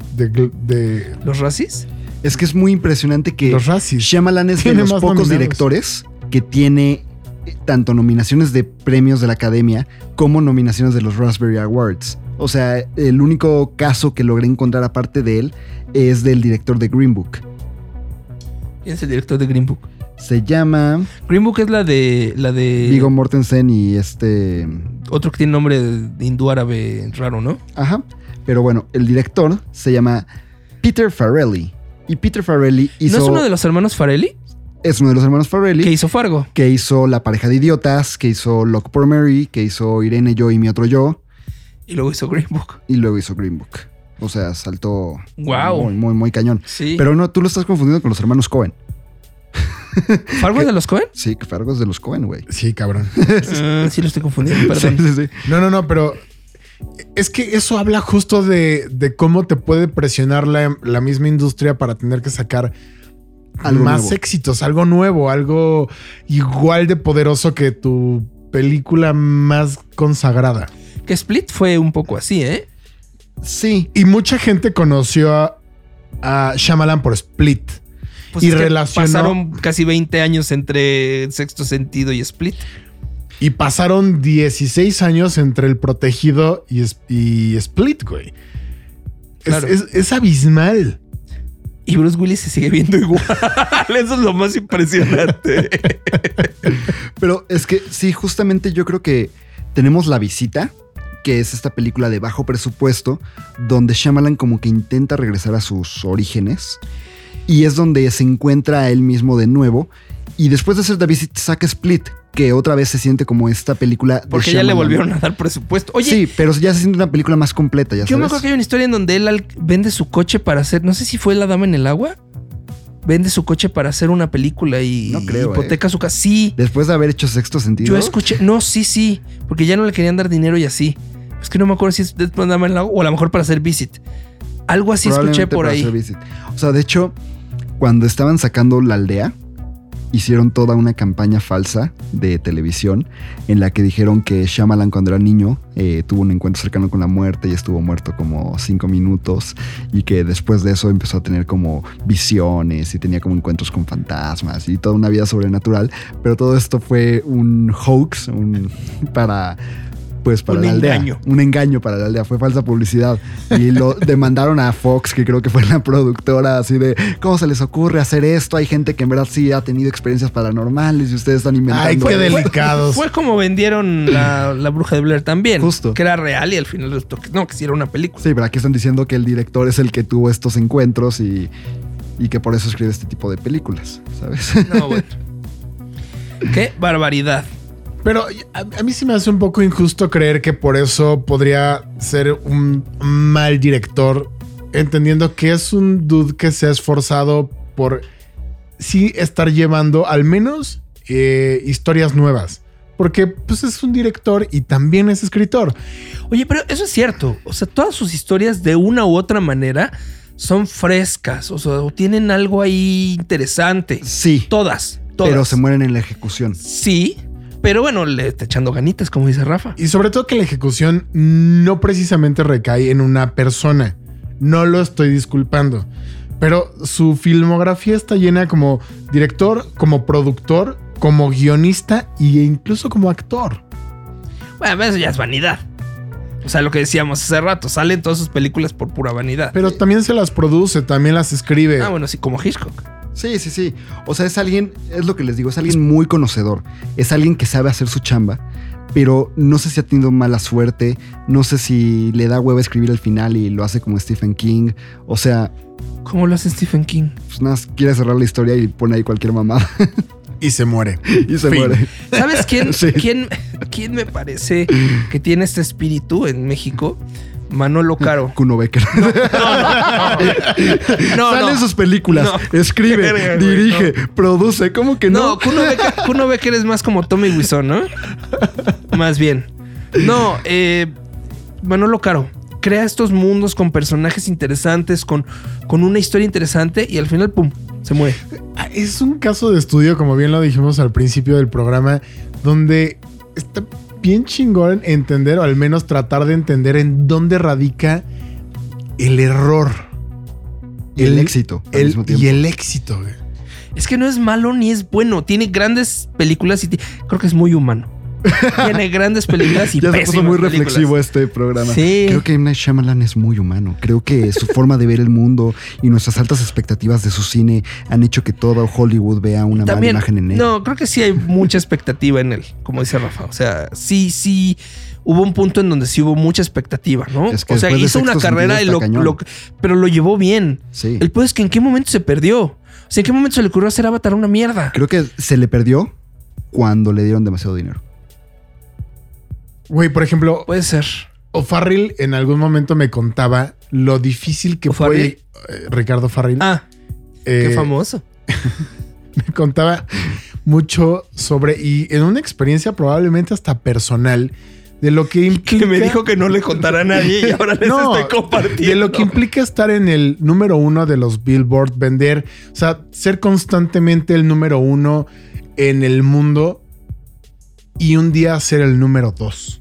de ¿Los Razzies? Es que es muy impresionante que los Razzies. Shyamalan es de Tiene los más pocos nominados. directores que tiene tanto nominaciones de premios de la Academia como nominaciones de los Raspberry Awards. O sea, el único caso que logré encontrar aparte de él es del director de Green Book. ¿Quién es el director de Green Book? Se llama Green Book es la de Viggo Mortensen y otro que tiene nombre de hindú árabe raro, ¿no? Ajá. Pero bueno, el director se llama Peter Farrelly. Y Peter Farrelly hizo... ¿No es uno de los hermanos Farrelly? Es uno de los hermanos Farrelly. Que hizo Fargo. Que hizo La pareja de idiotas, que hizo Lock por Mary, que hizo Irene, yo y mi otro yo. Y luego hizo Green Book. Y luego hizo Green Book. O sea, saltó Guau. muy, muy, muy cañón. Sí. Pero no, tú lo estás confundiendo con los hermanos Cohen. ¿Fargo es de los Cohen? Sí, que Fargo es de los Cohen, güey. Sí, cabrón. Sí, lo estoy confundiendo, perdón. Sí, sí, sí. No, pero es que eso habla justo de cómo te puede presionar la misma industria para tener que sacar Algo más nuevo. éxitos, algo nuevo, algo igual de poderoso que tu película más consagrada. Que Split fue un poco así, ¿eh? Sí. Y mucha gente conoció a Shyamalan por Split. Pues Y es que relacionó- pasaron casi 20 años entre Sexto Sentido y Split. Y pasaron 16 años entre El Protegido y Split, güey. Claro. Es abismal. Y Bruce Willis se sigue viendo igual. Eso es lo más impresionante. Pero es que sí, justamente yo creo que tenemos la visita, que es esta película de bajo presupuesto, donde Shyamalan como que intenta regresar a sus orígenes, y es donde se encuentra a él mismo de nuevo, y después de hacer The Visit saca Split, que otra vez se siente como esta película de Porque ya le Shyamalan. volvieron a dar presupuesto. Oye, Sí, pero ya se siente una película más completa, ya yo me sabes. acuerdo que hay una historia en donde él vende su coche para hacer, no sé si fue La Dama en el Agua, vende su coche para hacer una película y No creo, hipoteca su casa. Sí, Después de haber hecho Sexto Sentido. yo escuché, no, sí, porque ya no le querían dar dinero y así. Es que no me acuerdo si es de La Dama en el Agua o a lo mejor para hacer Visit. Algo así escuché Probablemente por para ahí. hacer Visit. O sea, de hecho, cuando estaban sacando La Aldea, hicieron toda una campaña falsa de televisión en la que dijeron que Shyamalan cuando era niño tuvo un encuentro cercano con la muerte y estuvo muerto como 5 minutos, y que después de eso empezó a tener como visiones y tenía como encuentros con fantasmas y toda una vida sobrenatural, pero todo esto fue un hoax, para Un la aldea. engaño. Un engaño para la aldea. Fue falsa publicidad. Y lo demandaron a Fox, que creo que fue la productora, así de, ¿cómo se les ocurre hacer esto? Hay gente que en verdad sí ha tenido experiencias paranormales y ustedes están inventando. Ay, qué esto". delicados. Fue como vendieron la Bruja de Blair también. Justo. Que era real y al final resultó que no, que sí era una película. Sí, pero aquí están diciendo que el director es el que tuvo estos encuentros y que por eso escribe este tipo de películas, ¿sabes? No, bueno. Qué barbaridad. Pero a mí sí me hace un poco injusto creer que por eso podría ser un mal director, entendiendo que es un dude que se ha esforzado por sí estar llevando al menos historias nuevas. Porque pues es un director y también es escritor. Oye, pero eso es cierto. O sea, todas sus historias de una u otra manera son frescas. O sea, o tienen algo ahí interesante. Sí. Todas. Pero se mueren en la ejecución. Sí. Pero bueno, le está echando ganitas, como dice Rafa. Y sobre todo que la ejecución no precisamente recae en una persona. No lo estoy disculpando. Pero su filmografía está llena como director, como productor, como guionista e incluso como actor. Bueno, eso ya es vanidad. O sea, lo que decíamos hace rato, salen todas sus películas por pura vanidad. Pero también se las produce, también las escribe. Ah, bueno, sí, como Hitchcock. Sí. O sea, es alguien, es lo que les digo, es alguien muy conocedor. Es alguien que sabe hacer su chamba, pero no sé si ha tenido mala suerte. No sé si le da hueva escribir al final y lo hace como Stephen King. O sea, ¿Cómo lo hace Stephen King? pues nada, quiere cerrar la historia y pone ahí cualquier mamada. Y se muere. Y se Fin. muere. ¿Sabes quién, Sí. quién me parece que tiene este espíritu en México? Manolo Caro. Kuno Becker. No, Sale en sus películas, No. escribe, Verga, güey, dirige, produce. ¿Cómo que no? No, Kuno Becker es más como Tommy Wiseau, ¿no? Más bien. No, Manolo Caro crea estos mundos con personajes interesantes, con una historia interesante y al final, pum, se muere. Es un caso de estudio, como bien lo dijimos al principio del programa, donde está bien chingón entender, o al menos tratar de entender en dónde radica el error. Y el éxito al mismo tiempo. Y el éxito, güey. Es que no es malo ni es bueno. Tiene grandes películas y creo que es muy humano. Tiene grandes películas y Ya se pésimas puso muy películas. reflexivo este programa. Sí. Creo que M. Night Shyamalan es muy humano. Creo que su forma de ver el mundo y nuestras altas expectativas de su cine han hecho que todo Hollywood vea una mala También, imagen en él. no, creo que sí hay mucha expectativa en él, como dice Rafa. O sea, sí hubo un punto en donde sí hubo mucha expectativa, ¿no? Es que O sea, después de hizo una Sexto carrera y Sentido está cañón. pero lo llevó bien. Sí. El peor es que en qué momento se perdió. O sea, en qué momento se le ocurrió hacer Avatar una mierda. Creo que se le perdió cuando le dieron demasiado dinero. Güey, por ejemplo, Puede ser. O'Farrill en algún momento me contaba lo difícil que ¿O'Farrill? fue Ricardo Farrell. Ah, qué famoso. Me contaba mucho sobre, y en una experiencia probablemente hasta personal, de lo que implica... Que me dijo que no le contara a nadie y ahora les estoy compartiendo. de lo que implica estar en el número 1 de los Billboard, vender, o sea, ser constantemente el número 1 en el mundo y un día ser el número 2.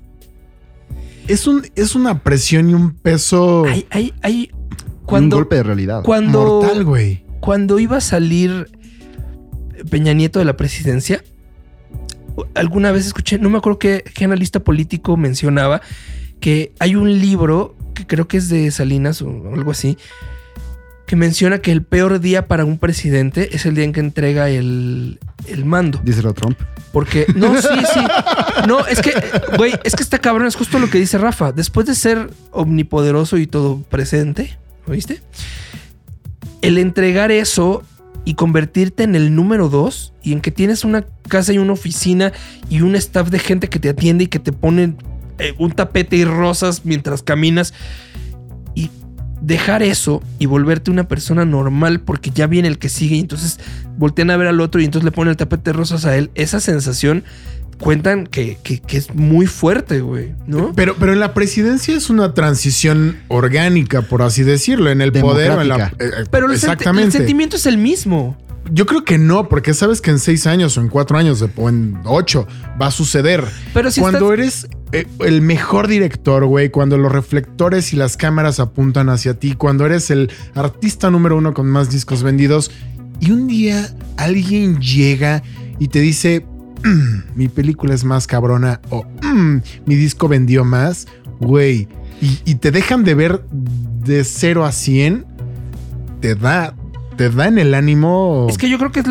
Es una presión y un peso Hay Un golpe de realidad. mortal, güey. Cuando iba a salir Peña Nieto de la presidencia, alguna vez escuché, no me acuerdo qué analista político mencionaba, que hay un libro que creo que es de Salinas o algo así, que menciona que el peor día para un presidente es el día en que entrega el mando. Díselo a Trump. Porque, no, sí. No, es que, güey, es que está cabrón. Es justo lo que dice Rafa. Después de ser omnipoderoso y todo presente, ¿oíste? El entregar eso y convertirte en el número 2 y en que tienes una casa y una oficina y un staff de gente que te atiende y que te ponen un tapete y rosas mientras caminas y dejar eso y volverte una persona normal porque ya viene el que sigue y entonces voltean a ver al otro y entonces le ponen el tapete de rosas a él. Esa sensación cuentan que es muy fuerte, güey, ¿no? Pero en la presidencia es una transición orgánica, por así decirlo, en el poder. Pero exactamente. El sentimiento es el mismo. Yo creo que no, porque sabes que en 6 años o en 4 años o en 8 va a suceder. Pero si cuando eres el mejor director, güey, cuando los reflectores y las cámaras apuntan hacia ti, cuando eres el artista número 1 con más discos vendidos y un día alguien llega y te dice mi película es más cabrona o mi disco vendió más, güey, y te dejan de ver de 0 a 100, te da en el ánimo. Es que yo creo que es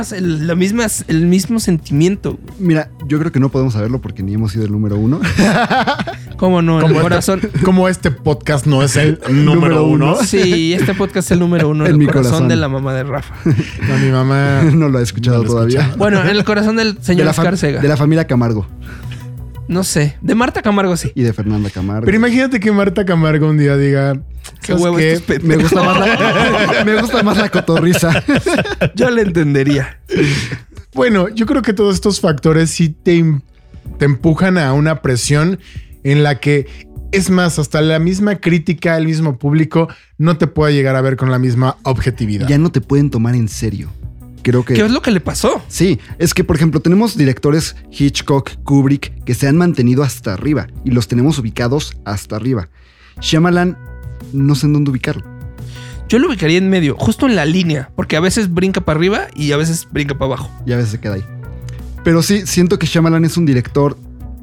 el mismo sentimiento. Mira, yo creo que no podemos saberlo porque ni hemos sido el número 1. ¿Cómo no? En el corazón. Como este podcast no es el número 1. Sí, este podcast es el número 1 en el corazón de la mamá de Rafa. No, mi mamá no lo ha escuchado todavía. Bueno, en el corazón del señor Oscar Sega. De la familia Camargo. No sé. De Marta Camargo sí. Y de Fernanda Camargo. Pero imagínate que Marta Camargo un día diga... Qué huevo me gusta más la cotorriza. Yo le entendería. Bueno, yo creo que todos estos factores sí te empujan a una presión en la que, es más, hasta la misma crítica, el mismo público no te puede llegar a ver con la misma objetividad. Ya no te pueden tomar en serio. Creo que... ¿Qué es lo que le pasó? Sí, es que, por ejemplo, tenemos directores Hitchcock, Kubrick, que se han mantenido hasta arriba y los tenemos ubicados hasta arriba. Shyamalan, no sé en dónde ubicarlo. Yo lo ubicaría en medio, justo en la línea, porque a veces brinca para arriba y a veces brinca para abajo. Y a veces se queda ahí. Pero sí, siento que Shyamalan es un director,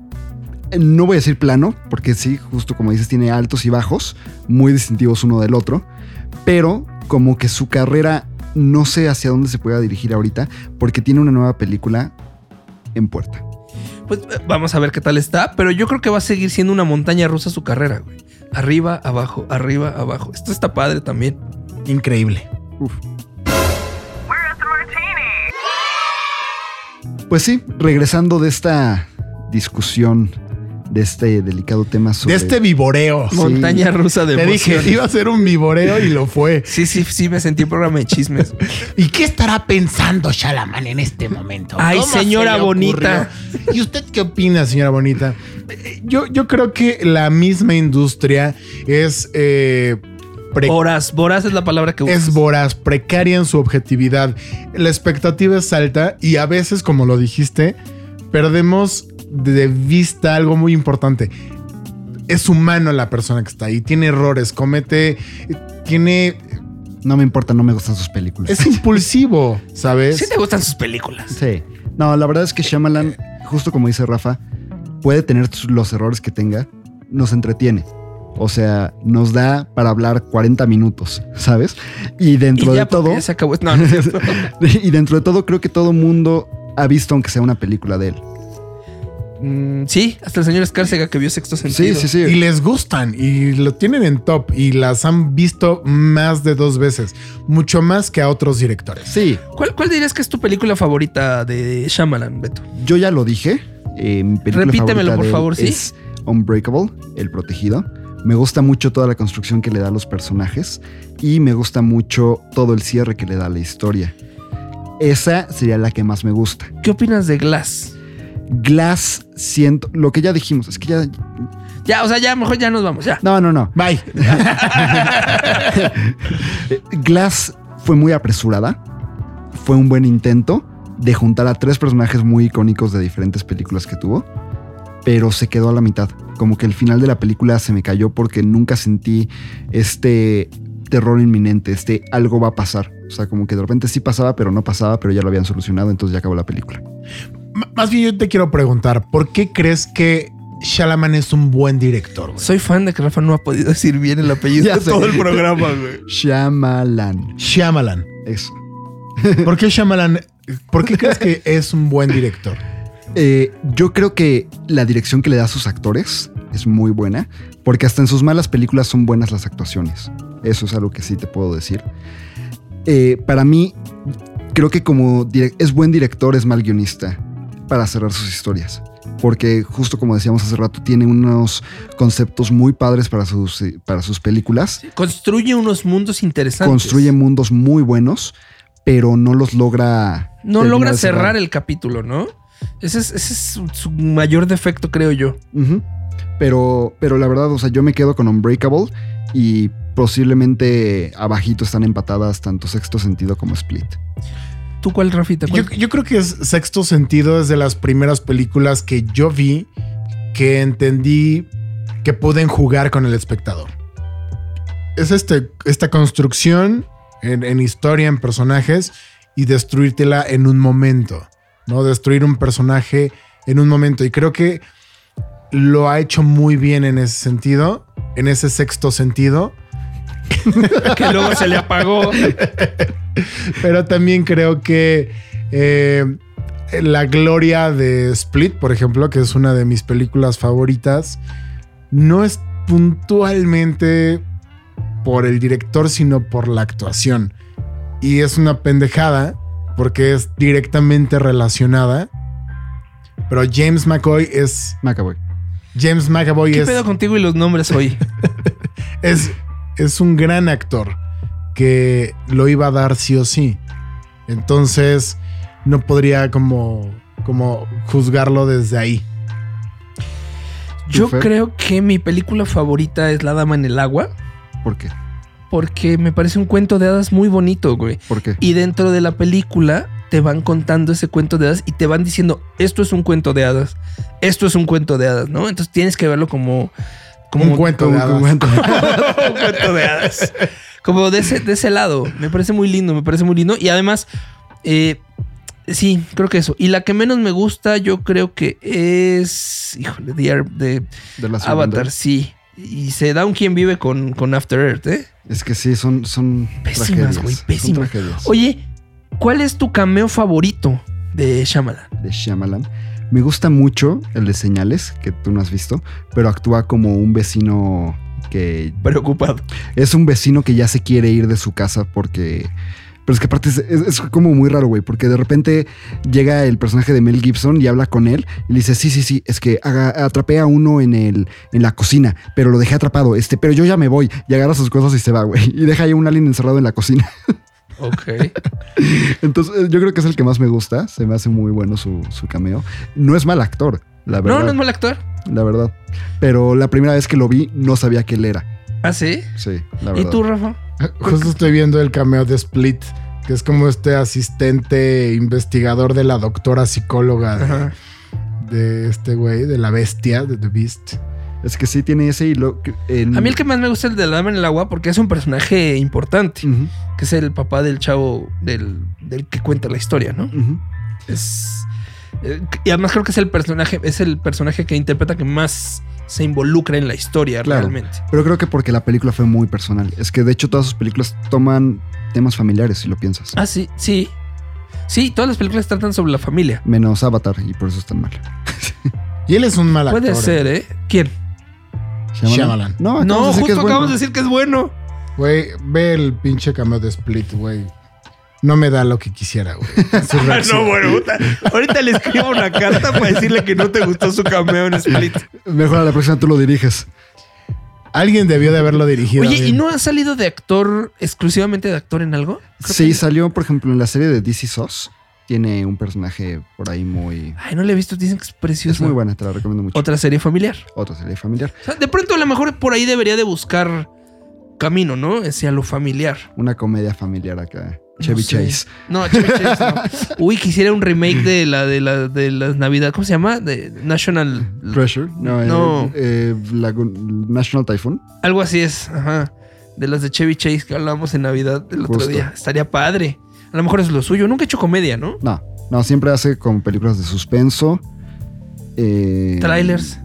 no voy a decir plano, porque sí, justo como dices, tiene altos y bajos, muy distintivos uno del otro, pero como que su carrera no sé hacia dónde se pueda dirigir ahorita, porque tiene una nueva película en puerta. Pues vamos a ver qué tal está, pero yo creo que va a seguir siendo una montaña rusa su carrera, güey. Arriba, abajo, arriba, abajo. Esto está padre también. Increíble. Uf. Pues sí, regresando de esta discusión, de este delicado tema sobre... De este vivoreo. Montaña rusa de emociones. Te dije, iba a ser un vivoreo y lo fue. Sí, me sentí un programa de chismes. ¿Y qué estará pensando Shyamalan en este momento? Ay, señora bonita. ¿Y usted qué opina, señora bonita? Yo creo que la misma industria es... Voraz es la palabra que usas. Es voraz, precaria en su objetividad. La expectativa es alta y a veces, como lo dijiste, perdemos de vista algo muy importante. Es humano la persona que está ahí, tiene errores, tiene... No me importa, no me gustan sus películas. Es impulsivo, ¿sabes? Sí te gustan sus películas. Sí. No, la verdad es que Shyamalan, justo como dice Rafa, puede tener los errores que tenga, nos entretiene. O sea, nos da para hablar 40 minutos, ¿sabes? Y dentro de todo... Ya se acabó. No es cierto. Y dentro de todo, creo que todo mundo ha visto, aunque sea una película de él. Sí, hasta el señor Escárcega que vio Sexto Sentido. Sí. Y les gustan y lo tienen en top y las han visto más de 2 veces, mucho más que a otros directores. Sí. ¿Cuál dirías que es tu película favorita de Shyamalan, Beto? Yo ya lo dije. Mi película Repítemelo, favorita por de él favor, ¿sí? es Unbreakable, El Protegido. Me gusta mucho toda la construcción que le da a los personajes y me gusta mucho todo el cierre que le da a la historia. Esa sería la que más me gusta. ¿Qué opinas de Glass? Glass, siento... Lo que ya dijimos, es que ya... Ya, o sea, ya mejor ya nos vamos, ya. No. Bye. Glass fue muy apresurada. Fue un buen intento de juntar a 3 personajes muy icónicos de diferentes películas que tuvo, pero se quedó a la mitad. Como que el final de la película se me cayó porque nunca sentí este terror inminente, algo va a pasar. O sea, como que de repente sí pasaba, pero no pasaba, pero ya lo habían solucionado, entonces ya acabó la película. Más bien yo te quiero preguntar, ¿por qué crees que Shyamalan es un buen director, güey? Soy fan de que Rafa no ha podido decir bien el apellido Ya de sé. todo el programa, güey. Shyamalan. Shyamalan. Eso. ¿Por qué Shyamalan? ¿Por qué crees que es un buen director? Yo creo que la dirección que le da a sus actores es muy buena, porque hasta en sus malas películas son buenas las actuaciones. Eso es algo que sí te puedo decir. Para mí, creo que como es buen director, es mal guionista para cerrar sus historias. Porque justo como decíamos hace rato, tiene unos conceptos muy padres para sus películas. Construye unos mundos interesantes. Construye mundos muy buenos, pero no los logra... No logra cerrar el capítulo, ¿no? Ese es su mayor defecto, creo yo. Uh-huh. Pero la verdad, o sea, yo me quedo con Unbreakable y posiblemente abajito están empatadas tanto Sexto Sentido como Split. ¿Tú cuál, Rafita? ¿Cuál? Yo creo que Sexto Sentido es de las primeras películas que yo vi que entendí que pueden jugar con el espectador. Es esta construcción en historia, en personajes y destruírtela en un momento, ¿no? Destruir un personaje en un momento. Y creo que lo ha hecho muy bien en ese sentido, en ese Sexto Sentido. Que luego se le apagó. Pero también creo que la gloria de Split, por ejemplo, que es una de mis películas favoritas, no es puntualmente por el director, sino por la actuación. Y es una pendejada porque es directamente relacionada. Pero James McAvoy es... James McAvoy ¿Qué es... pedo contigo y los nombres hoy? Es un gran actor que lo iba a dar sí o sí. Entonces no podría como juzgarlo desde ahí. Yo creo que mi película favorita es La Dama en el Agua. ¿Por qué? Porque me parece un cuento de hadas muy bonito, güey. ¿Por qué? Y dentro de la película te van contando ese cuento de hadas y te van diciendo, esto es un cuento de hadas, esto es un cuento de hadas, ¿no? Entonces tienes que verlo como un cuento de hadas. Un cuento de hadas. Como de ese lado. Me parece muy lindo, Y además, sí, creo que eso. Y la que menos me gusta, yo creo que es... Híjole, de Avatar, sí. Y se da un quien vive con After Earth, ¿eh? Es que sí, son pésimas, güey, pésimas. Son tragedias. Oye, ¿cuál es tu cameo favorito de Shyamalan? De Shyamalan. Me gusta mucho el de Señales, que tú no has visto, pero actúa como un vecino que... Preocupado. Es un vecino que ya se quiere ir de su casa porque... Pero es que aparte es como muy raro, güey, porque de repente llega el personaje de Mel Gibson y habla con él y le dice, sí, es que atrapé a uno en la cocina, pero lo dejé atrapado, pero yo ya me voy. Y agarra sus cosas y se va, güey. Y deja ahí un alien encerrado en la cocina. Ok. Entonces yo creo que es el que más me gusta. Se me hace muy bueno su cameo. No es mal actor, la verdad. No es mal actor. La verdad. Pero la primera vez que lo vi no sabía que él era. ¿Ah, sí? Sí, la verdad. ¿Y tú, Rafa? Justo estoy viendo el cameo de Split, que es como este asistente investigador de la doctora psicóloga de este güey, de la bestia, de The Beast. Es que sí tiene ese hilo. A mí el que más me gusta es el de La Dama en el Agua porque es un personaje importante, que es el papá del chavo del que cuenta la historia, ¿no? Y además creo que es el personaje que interpreta que más se involucra en la historia, claro, realmente. Pero creo que porque la película fue muy personal. Es que de hecho todas sus películas toman temas familiares, si lo piensas. Ah, sí. Sí, todas las películas tratan sobre la familia. Menos Avatar, y por eso es tan mal. Y él es un mal actor. Puede ser, ¿eh? ¿Quién? Shyamalan. No, justo acabamos de decir que es bueno. Güey, ve el pinche cameo de Split, güey. No me da lo que quisiera, güey. No, bueno, puta. Ahorita le escribo una carta para decirle que no te gustó su cameo en Split. Mejor a la próxima tú lo diriges. Alguien debió de haberlo dirigido. Oye, ¿y no ha salido de actor, exclusivamente de actor en algo? Sí, salió, por ejemplo, en la serie de DC SOS. Tiene un personaje por ahí muy... Ay, no le he visto, dicen que es precioso. Es muy buena, te la recomiendo mucho. Otra serie familiar. O sea, de pronto a lo mejor por ahí debería de buscar camino, ¿no? Hacia lo familiar. Una comedia familiar acá. Chevy Chase. No, Chevy Chase no. Uy, quisiera un remake de la Navidad. ¿Cómo se llama? De National... Treasure. No. National Typhoon. Algo así es. Ajá. De las de Chevy Chase que hablábamos en Navidad el otro día. Estaría padre. A lo mejor es lo suyo. Nunca he hecho comedia, ¿no? No, siempre hace con películas de suspenso. Thrillers.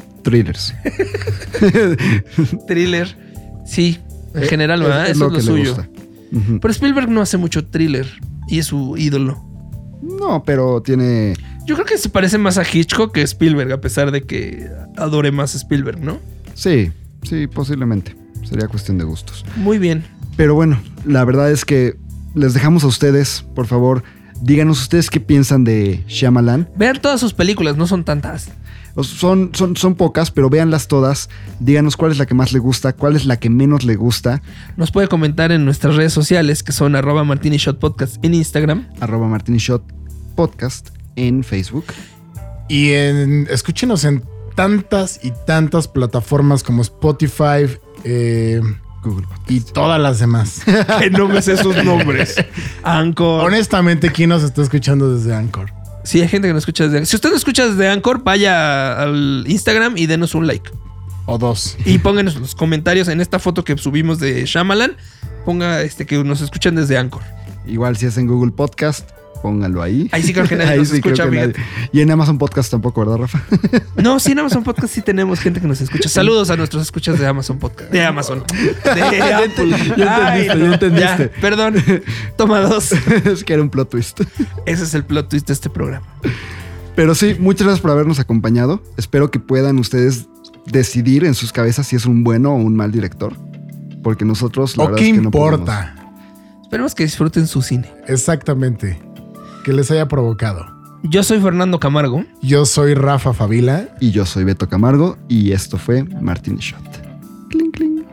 Thriller. Sí, en general, ¿verdad? Eso es lo suyo. Pero Spielberg no hace mucho thriller y es su ídolo. No, pero tiene Yo creo que se parece más a Hitchcock que a Spielberg, a pesar de que adore más a Spielberg, ¿no? Sí, posiblemente. Sería cuestión de gustos. Muy bien. Pero bueno, la verdad es que les dejamos a ustedes, por favor, díganos ustedes qué piensan de Shyamalan. Vean todas sus películas, no son tantas. Son pocas, pero véanlas todas. Díganos cuál es la que más le gusta, cuál es la que menos le gusta. Nos puede comentar en nuestras redes sociales, que son @MartiniShotPodcast en Instagram. @MartiniShotPodcast en Facebook. Y escúchenos en tantas y tantas plataformas como Spotify, Google Podcast. y todas las demás. Que no me sé sus nombres. Anchor. Honestamente, ¿quién nos está escuchando desde Anchor? Sí, hay gente que nos escucha desde Anchor. Si usted nos escucha desde Anchor, vaya al Instagram y denos un like. O 2. Y pónganos los comentarios en esta foto que subimos de Shyamalan. Ponga que nos escuchan desde Anchor. Igual si es en Google Podcast, pónganlo ahí. Ahí sí creo que nadie Ahí nos sí creo escucha, que nadie. fíjate. Y en Amazon Podcast tampoco, ¿verdad, Rafa? No, sí, en Amazon Podcast sí tenemos gente que nos escucha. Saludos a nuestros escuchas de Amazon Podcast. De Amazon. De Apple. Ya entendiste. Ya, perdón. Toma 2. Es que era un plot twist. Ese es el plot twist de este programa. Pero sí, muchas gracias por habernos acompañado. Espero que puedan ustedes decidir en sus cabezas si es un bueno o un mal director. Porque nosotros, la ¿O verdad qué es que no importa? Esperemos que disfruten su cine. Exactamente. Que les haya provocado. Yo soy Fernando Camargo. Yo soy Rafa Favila. Y yo soy Beto Camargo y esto fue Martin Shot. Cling, cling.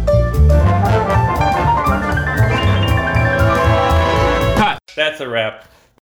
That's a wrap.